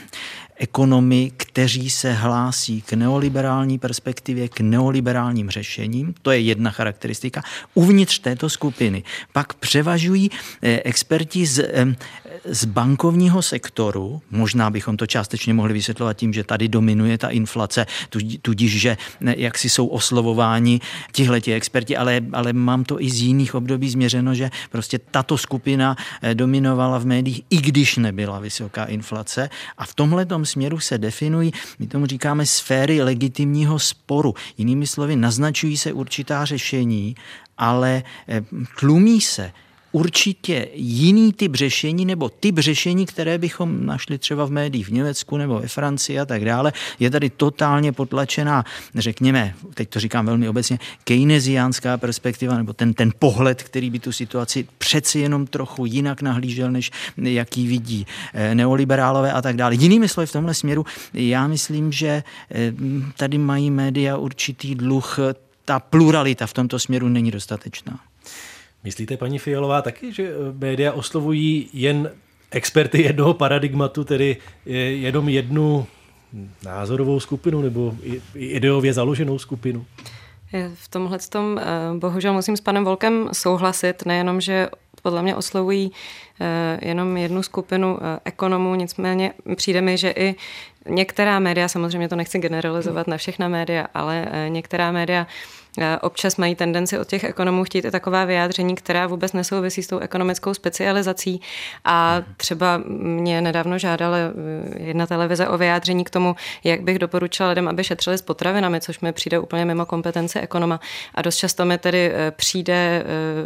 ekonomy, kteří se hlásí k neoliberální perspektivě, k neoliberálním řešením. To je jedna charakteristika. Uvnitř této skupiny pak převažují experti z bankovního sektoru. Možná bychom to částečně mohli vysvětlovat tím, že tady dominuje ta inflace, tudíž, že jaksi jsou oslovováni tihleti experti, ale mám to i z jiných období změřeno, že prostě tato skupina dominovala v médiích, i když nebyla vysoká inflace. A v tomhletom směru se definují, my tomu říkáme sféry legitimního sporu. Jinými slovy, naznačují se určitá řešení, ale tlumí se určitě jiný typ řešení nebo typ řešení, které bychom našli třeba v médiích v Německu nebo ve Francii a tak dále, je tady totálně potlačená, řekněme, teď to říkám velmi obecně, keynesiánská perspektiva nebo ten pohled, který by tu situaci přeci jenom trochu jinak nahlížel, než jaký vidí neoliberálové a tak dále. Jinými slovy v tomhle směru já myslím, že tady mají média určitý dluh, ta pluralita v tomto směru není dostatečná. Myslíte, paní Fialová, taky, že média oslovují jen experty jednoho paradigmatu, tedy jenom jednu názorovou skupinu nebo ideově založenou skupinu? V tomhletom bohužel musím s panem Volkem souhlasit, nejenom, že podle mě oslovují jenom jednu skupinu ekonomů, nicméně přijde mi, že i některá média, samozřejmě to nechci generalizovat na všechna média, ale některá média občas mají tendenci od těch ekonomů chtít i taková vyjádření, která vůbec nesouvisí s tou ekonomickou specializací. A třeba mě nedávno žádala jedna televize o vyjádření k tomu, jak bych doporučila lidem, aby šetřili s potravinami, což mi přijde úplně mimo kompetenci ekonoma. A dost často mi tedy přijde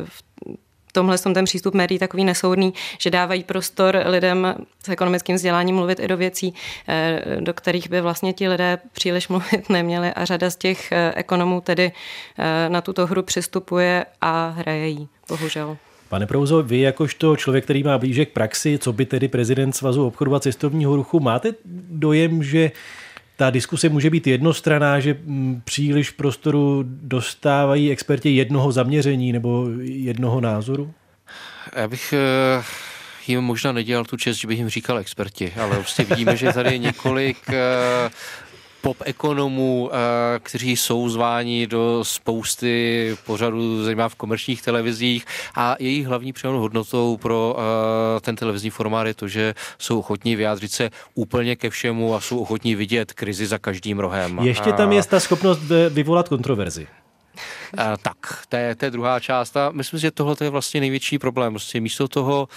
tomhle ten přístup médií takový nesoudný, že dávají prostor lidem s ekonomickým vzděláním mluvit i do věcí, do kterých by vlastně ti lidé příliš mluvit neměli a řada z těch ekonomů tedy na tuto hru přistupuje a hraje jí, bohužel. Pane Prouzo, vy jakožto člověk, který má blíže k praxi, co by tedy prezident Svazu obchodu a cestovního ruchu, máte dojem, že ta diskuse může být jednostranná, že příliš prostoru dostávají experti jednoho zaměření nebo jednoho názoru? Já bych jim možná nedělal tu čest, že bych jim říkal experti, ale prostě vidíme, že tady je několik pop ekonomů, kteří jsou zváni do spousty pořadů, zejména v komerčních televizích, a jejich hlavní přidanou hodnotou pro ten televizní formát je to, že jsou ochotní vyjádřit se úplně ke všemu a jsou ochotní vidět krizi za každým rohem. Ještě tam je ta schopnost vyvolat kontroverzi. Tak, to je druhá část a myslím, že tohle je vlastně největší problém. Prostě místo toho,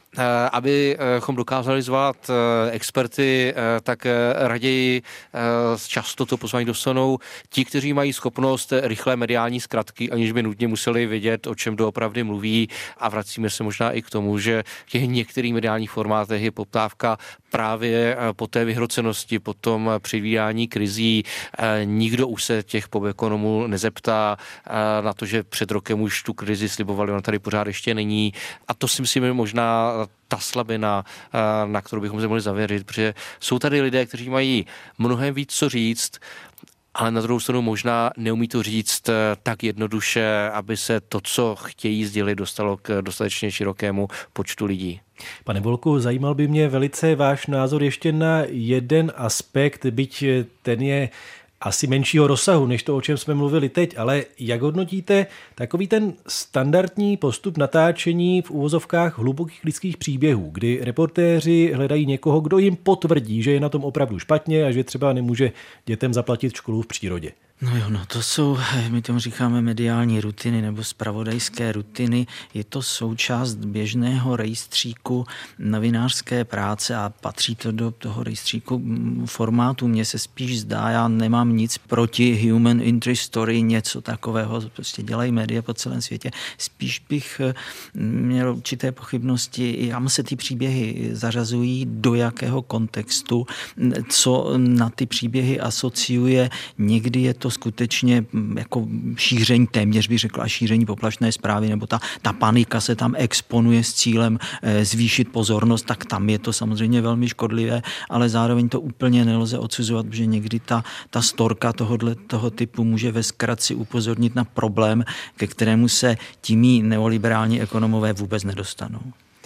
abychom dokázali zvát experty, tak raději často to pozvání dostanou ti, kteří mají schopnost rychlé mediální zkratky, aniž by nutně museli vědět, o čem doopravdy mluví, a vracíme se možná i k tomu, že v těch některých mediálních formátech je poptávka právě po té vyhrocenosti, po tom předvídání krizí. Nikdo už se těch pobekonomů nezeptá na to, že před rokem už tu krizi slibovali, ona tady pořád ještě není, a to si myslím, že možná ta slabina, na kterou bychom se mohli zavěřit, protože jsou tady lidé, kteří mají mnohem víc co říct, ale na druhou stranu možná neumí to říct tak jednoduše, aby se to, co chtějí sdělit, dostalo k dostatečně širokému počtu lidí. Pane Volku, zajímal by mě velice váš názor ještě na jeden aspekt, byť ten je asi menšího rozsahu, než to, o čem jsme mluvili teď, ale jak hodnotíte takový ten standardní postup natáčení v uvozovkách hlubokých lidských příběhů, kdy reportéři hledají někoho, kdo jim potvrdí, že je na tom opravdu špatně a že třeba nemůže dětem zaplatit školu v přírodě? To jsou, my tomu říkáme mediální rutiny nebo zpravodajské rutiny. Je to součást běžného rejstříku novinářské práce a patří to do toho rejstříku formátu. Mně se spíš zdá, já nemám nic proti human interest story, něco takového, prostě dělají média po celém světě. Spíš bych měl určité pochybnosti, kam se ty příběhy zařazují, do jakého kontextu, co na ty příběhy asociuje. Někdy je to skutečně jako šíření, téměř bych řekla, šíření poplašné zprávy, nebo ta panika se tam exponuje s cílem zvýšit pozornost, tak tam je to samozřejmě velmi škodlivé, ale zároveň to úplně nelze odsuzovat, protože někdy ta storka toho typu může ve zkratce upozornit na problém, ke kterému se tímí neoliberální ekonomové vůbec nedostanou.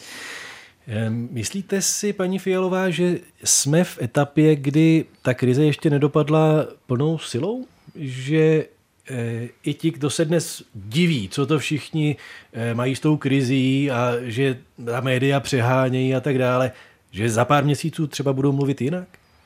Myslíte si, paní Fialová, že jsme v etapě, kdy ta krize ještě nedopadla plnou silou? Že i ti, kdo se dnes diví, co to všichni mají s tou krizí a že ta média přehánějí a tak dále, že za pár měsíců třeba budou mluvit jinak?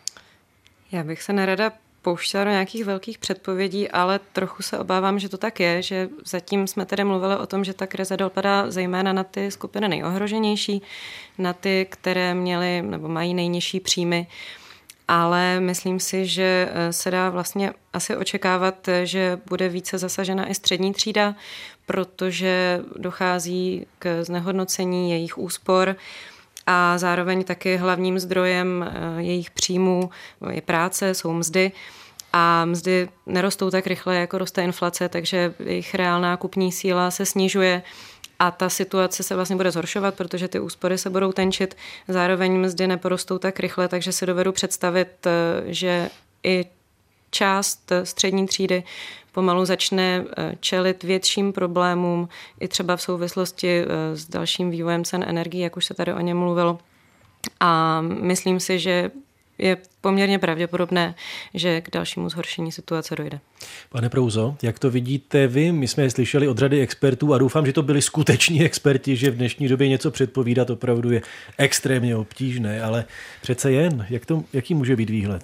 Já bych se nerada pouštěla do nějakých velkých předpovědí, ale trochu se obávám, že to tak je, že zatím jsme tedy mluvili o tom, že ta krize dopadá zejména na ty skupiny nejohroženější, na ty, které měly nebo mají nejnižší příjmy, ale myslím si, že se dá vlastně asi očekávat, že bude více zasažena i střední třída, protože dochází k znehodnocení jejich úspor a zároveň taky hlavním zdrojem jejich příjmů je práce, jsou mzdy. A mzdy nerostou tak rychle, jako roste inflace, takže jejich reálná kupní síla se snižuje a ta situace se vlastně bude zhoršovat, protože ty úspory se budou tenčit. Zároveň mzdy neporostou tak rychle, takže si dovedu představit, že i část střední třídy pomalu začne čelit větším problémům, i třeba v souvislosti s dalším vývojem cen energií, jak už se tady o něm mluvilo. A myslím si, že je poměrně pravděpodobné, že k dalšímu zhoršení situace dojde. Pane Prouzo, jak to vidíte vy? My jsme je slyšeli od řady expertů a doufám, že to byli skuteční experti, že v dnešní době něco předpovídat opravdu je extrémně obtížné, ale přece jen, jaký může být výhled?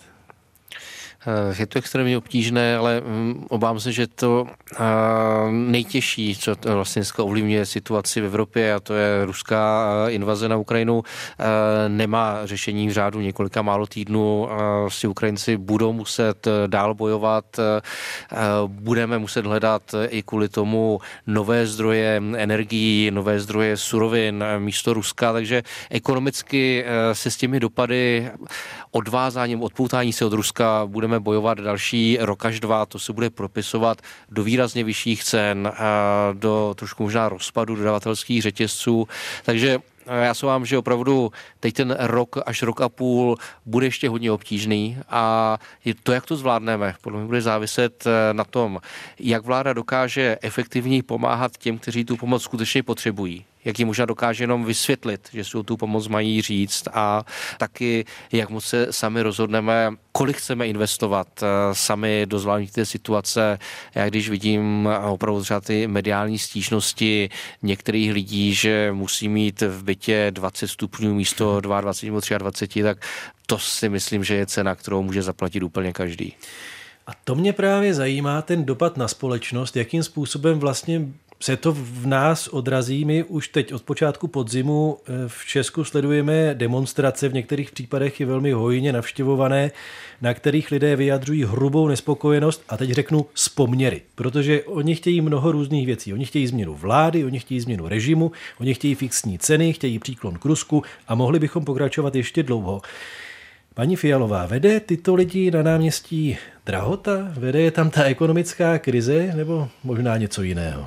Je to extrémně obtížné, ale obávám se, že to nejtěžší, co to vlastně dneska ovlivňuje situaci v Evropě, a to je ruská invaze na Ukrajinu, nemá řešení v řádu několika málo týdnů. Vlastně Ukrajinci budou muset dál bojovat, budeme muset hledat i kvůli tomu nové zdroje energií, nové zdroje surovin místo Ruska, takže ekonomicky se s těmi dopady odvázáním, odpoutání se od Ruska budeme bojovat další rok až dva, to se bude propisovat do výrazně vyšších cen, do trošku možná rozpadu dodavatelských řetězců, takže já se vám, že opravdu teď ten rok až rok a půl bude ještě hodně obtížný a to, jak to zvládneme, podle mě bude záviset na tom, jak vláda dokáže efektivněji pomáhat těm, kteří tu pomoc skutečně potřebují. jak jim možná dokáže jenom vysvětlit, že si o tu pomoc mají říct a taky, jak moc se sami rozhodneme, kolik chceme investovat sami do zvládnutí té situace. Já když vidím opravdu třeba ty mediální stížnosti některých lidí, že musí mít v bytě 20 stupňů místo 22 nebo 23, tak to si myslím, že je cena, kterou může zaplatit úplně každý. A to mě právě zajímá, ten dopad na společnost, jakým způsobem vlastně se to v nás odrazí. My už teď od počátku podzimu v Česku sledujeme demonstrace, v některých případech i velmi hojně navštěvované, na kterých lidé vyjadřují hrubou nespokojenost a teď řeknu s poměry, protože oni chtějí mnoho různých věcí. Oni chtějí změnu vlády, oni chtějí změnu režimu, oni chtějí fixní ceny, chtějí příklon k Rusku a mohli bychom pokračovat ještě dlouho. Paní Fialová, vede tyto lidi na náměstí drahota? Vede je tam ta ekonomická krize nebo možná něco jiného?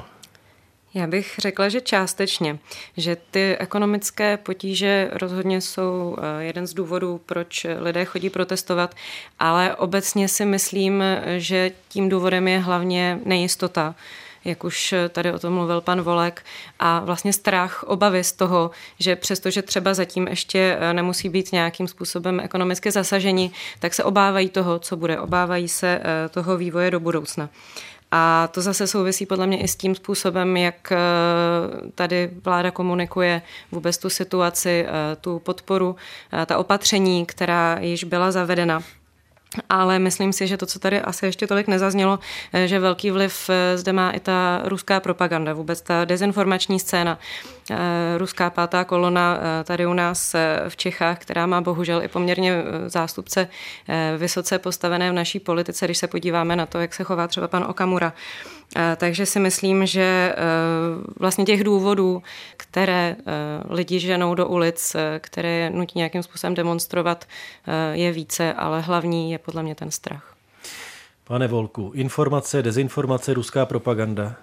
Já bych řekla, že částečně, že ty ekonomické potíže rozhodně jsou jeden z důvodů, proč lidé chodí protestovat, ale obecně si myslím, že tím důvodem je hlavně nejistota, jak už tady o tom mluvil pan Volek, a vlastně strach, obavy z toho, že přestože třeba zatím ještě nemusí být nějakým způsobem ekonomicky zasaženi, tak se obávají toho, co bude, obávají se toho vývoje do budoucna. A to zase souvisí podle mě i s tím způsobem, jak tady vláda komunikuje vůbec tu situaci, tu podporu, ta opatření, která již byla zavedena. Ale myslím si, že to, co tady asi ještě tolik nezaznělo, že velký vliv zde má i ta ruská propaganda, vůbec ta dezinformační scéna. Ruská pátá kolona tady u nás v Čechách, která má bohužel i poměrně zástupce vysoce postavené v naší politice, když se podíváme na to, jak se chová třeba pan Okamura. Takže si myslím, že vlastně těch důvodů, které lidi ženou do ulic, které nutí nějakým způsobem demonstrovat, je více, ale hlavní je podle mě ten strach. Pane Volku, informace, dezinformace, ruská propaganda?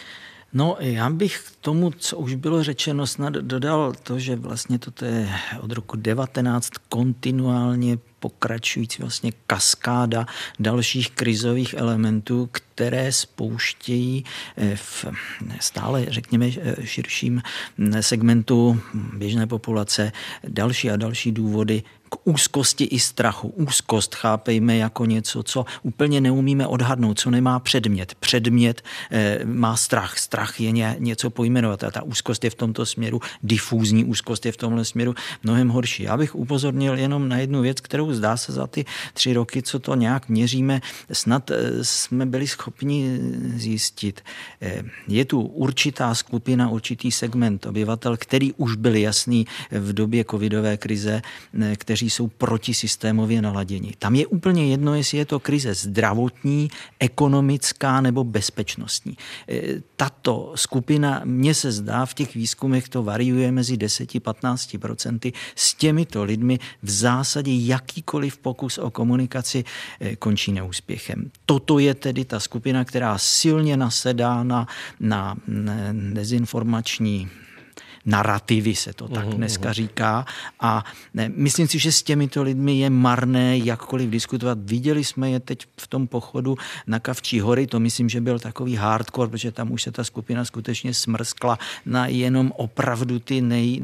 No, já bych k tomu, co už bylo řečeno, snad dodal to, že vlastně toto je od roku 19 kontinuálně pokračující vlastně kaskáda dalších krizových elementů, které spouštějí v stále, řekněme, širším segmentu běžné populace další a další důvody k úzkosti i strachu. Úzkost chápejme jako něco, co úplně neumíme odhadnout, co nemá předmět. Předmět má strach. Strach je něco pojmenovat. A ta úzkost je v tomto směru, difúzní úzkost je v tomhle směru mnohem horší. Já bych upozornil jenom na jednu věc, kterou zdá se za ty 3 roky, co to nějak měříme, snad jsme byli schopni zjistit. Je tu určitá skupina, určitý segment obyvatel, který už byl jasný v době covidové krize, kteří jsou protisystémově naladěni. Tam je úplně jedno, jestli je to krize zdravotní, ekonomická nebo bezpečnostní. Tato skupina, mně se zdá, v těch výzkumech to variuje mezi 10-15%. S těmito lidmi v zásadě jakýkoliv pokus o komunikaci končí neúspěchem. Toto je tedy ta skupina, která silně nasedá na dezinformační narrativy, se to tak dneska říká. A myslím si, že s těmito lidmi je marné jakkoliv diskutovat. Viděli jsme je teď v tom pochodu na Kavčí hory, to myslím, že byl takový hardcore, protože tam už se ta skupina skutečně smrskla na jenom opravdu ty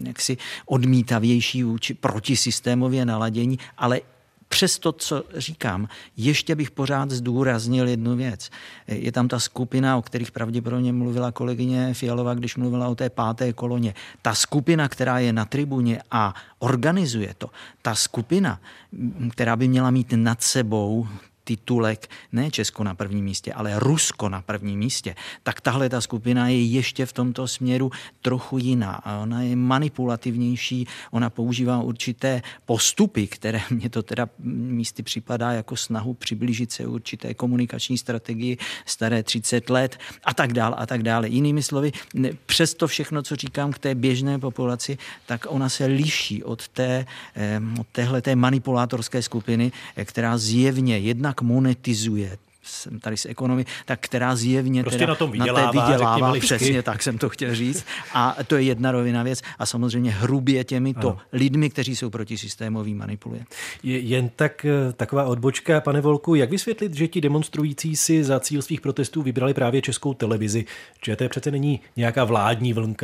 odmítavější protisystémově naladění, ale přes to, co říkám, ještě bych pořád zdůraznil jednu věc. Je tam ta skupina, o kterých pravděpodobně mluvila kolegyně Fialová, když mluvila o té 5. koloně. Ta skupina, která je na tribuně a organizuje to, ta skupina, která by měla mít nad sebou titulek ne Česko na prvním místě, ale Rusko na prvním místě, tak tahle ta skupina je ještě v tomto směru trochu jiná. Ona je manipulativnější, ona používá určité postupy, které mě to teda místy připadá jako snahu přiblížit se určité komunikační strategii staré 30 let a tak dále a tak dále. Jinými slovy, přes to všechno, co říkám k té běžné populaci, tak ona se liší od téhleté manipulátorské skupiny, která zjevně jednak monetizuje tady z ekonomie, tak která zjevně prostě teda na tom vydělává přesně tak jsem to chtěl říct. A to je jedna rovina věc a samozřejmě hrubě těmito lidmi, kteří jsou protisystémoví, manipuluje. Jen taková odbočka, pane Volku, jak vysvětlit, že ti demonstrující si za cíl svých protestů vybrali právě Českou televizi? Že to přece není nějaká vládní vlnka?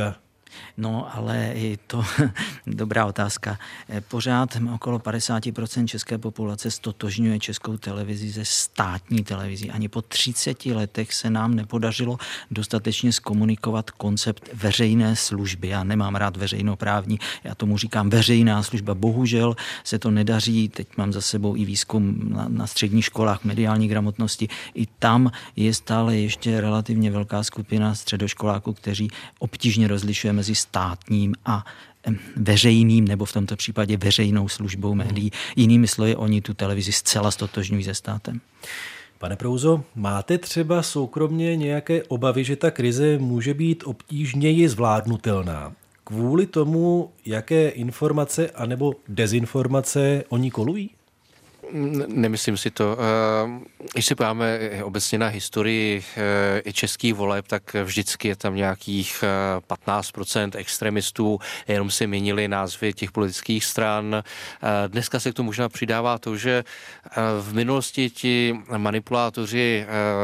No, ale je to dobrá otázka. Pořád okolo 50% české populace stotožňuje Českou televizi se státní televizí. Ani po 30 letech se nám nepodařilo dostatečně zkomunikovat koncept veřejné služby. Já nemám rád veřejnoprávní, já tomu říkám veřejná služba. Bohužel se to nedaří. Teď mám za sebou i výzkum na středních školách mediální gramotnosti. I tam je stále ještě relativně velká skupina středoškoláků, kteří obtížně rozlišuje mezi státním a veřejným, nebo v tomto případě veřejnou službou médií. Jinými slovy, oni tu televizi zcela stotožňují se státem. Pane Prouzo, máte třeba soukromně nějaké obavy, že ta krize může být obtížněji zvládnutelná kvůli tomu, jaké informace anebo dezinformace oni kolují? Nemyslím si to. Když si podíváme obecně na historii i českých voleb, tak vždycky je tam nějakých 15% extremistů, jenom se měnily názvy těch politických stran. Dneska se k tomu možná přidává to, že v minulosti ti manipulátoři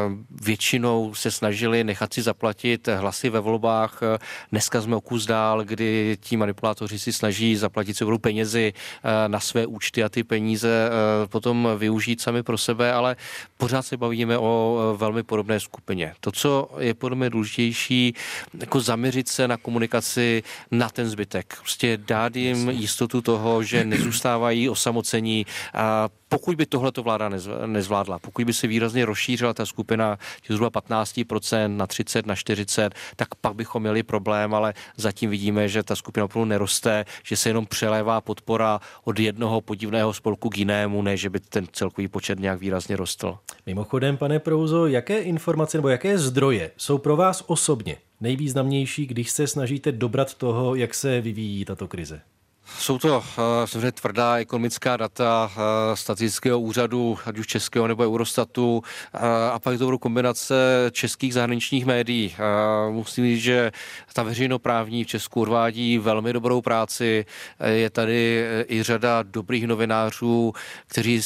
většinou se snažili nechat si zaplatit hlasy ve volbách. Dneska jsme o kus dál, kdy ti manipulátoři si snaží zaplatit sebou penězi na své účty a ty peníze potom využít sami pro sebe, ale pořád se bavíme o velmi podobné skupině. To, co je podle mě důležitější, jako zaměřit se na komunikaci na ten zbytek. Prostě dát jim jistotu toho, že nezůstávají osamocení. Pokud by tohleto vláda nezvládla, pokud by se výrazně rozšířila ta skupina zhruba 15% na 30, na 40, tak pak bychom měli problém, ale zatím vidíme, že ta skupina opravdu neroste, že se jenom přelévá podpora od jednoho podivného spolku k jinému, ne, že by ten celkový počet nějak výrazně rostl. Mimochodem, pane Prouzo, jaké informace nebo jaké zdroje jsou pro vás osobně nejvýznamnější, když se snažíte dobrat toho, jak se vyvíjí tato krize? Jsou to samozřejmě tvrdá ekonomická data statistického úřadu, ať už českého nebo Eurostatu, a pak to budou kombinace českých zahraničních médií. Musím říct, že ta veřejnoprávní v Česku odvádí velmi dobrou práci. Je tady i řada dobrých novinářů, kteří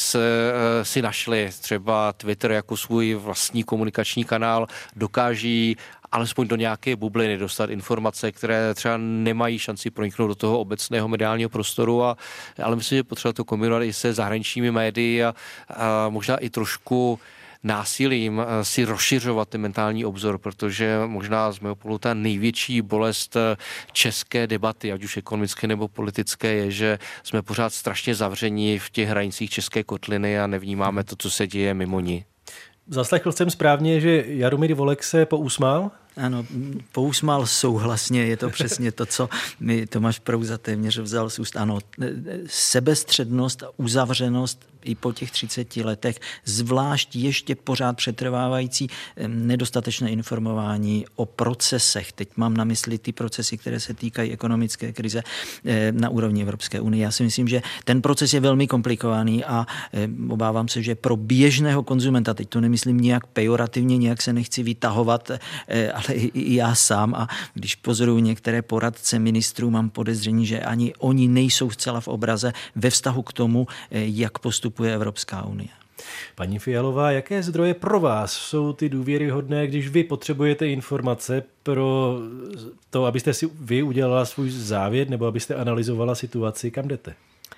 si našli třeba Twitter jako svůj vlastní komunikační kanál, dokáží alespoň do nějaké bubliny dostat informace, které třeba nemají šanci proniknout do toho obecného mediálního prostoru, ale myslím, že potřeba to kombinovat i se zahraničními médii a možná i trošku násilím si rozšiřovat ten mentální obzor, protože možná z mého pohledu ta největší bolest české debaty, ať už ekonomické nebo politické, je, že jsme pořád strašně zavření v těch hranicích české kotliny a nevnímáme to, co se děje mimo ní. Zaslechl jsem správně, že Jaromír Volek se pousmál? Ano, pousmál souhlasně, je to přesně to, co mi Tomáš Prouza téměř vzal z úst. Ano, sebestřednost a uzavřenost i po těch 30 letech, zvlášť ještě pořád přetrvávající nedostatečné informování o procesech. Teď mám na mysli ty procesy, které se týkají ekonomické krize na úrovni Evropské unie. Já si myslím, že ten proces je velmi komplikovaný a obávám se, že pro běžného konzumenta, teď to nemyslím nějak pejorativně, nějak se nechci vytahovat, ale i já sám, a když pozoruju některé poradce ministrů, mám podezření, že ani oni nejsou zcela v obraze ve vztahu k tomu, jak postupuje Evropská unie. Paní Fialová, jaké zdroje pro vás jsou ty důvěryhodné, když vy potřebujete informace pro to, abyste si vy udělala svůj závěr nebo abyste analyzovala situaci, kam jdete?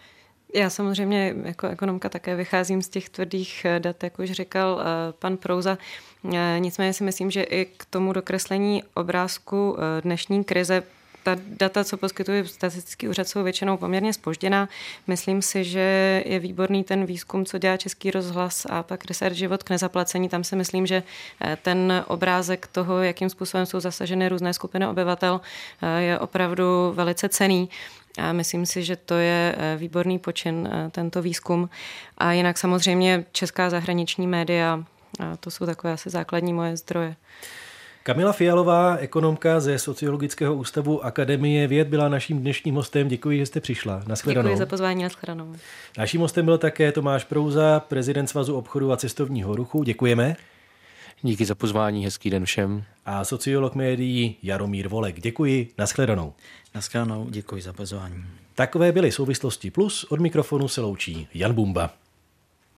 Já samozřejmě jako ekonomka také vycházím z těch tvrdých dat, jak už říkal pan Prouza. Nicméně si myslím, že i k tomu dokreslení obrázku dnešní krize ta data, co poskytuje statistický úřad, jsou většinou poměrně zpožděná. Myslím si, že je výborný ten výzkum, co dělá Český rozhlas a pak Research Život k nezaplacení. Tam si myslím, že ten obrázek toho, jakým způsobem jsou zasaženy různé skupiny obyvatel, je opravdu velice cenný. A myslím si, že to je výborný počin, tento výzkum. A jinak samozřejmě česká zahraniční média, a to jsou takové asi základní moje zdroje. Kamila Fialová, ekonomka ze Sociologického ústavu Akademie věd, byla naším dnešním hostem. Děkuji, že jste přišla. Nashledanou. Děkuji za pozvání, nashledanou. Naším hostem byl také Tomáš Prouza, prezident Svazu obchodu a cestovního ruchu. Děkujeme. Díky za pozvání, hezký den všem. A sociolog médií Jaromír Volek. Děkuji, nashledanou. Nashledanou, děkuji za pozvání. Takové byly Souvislosti Plus, od mikrofonu se loučí Jan Bumba.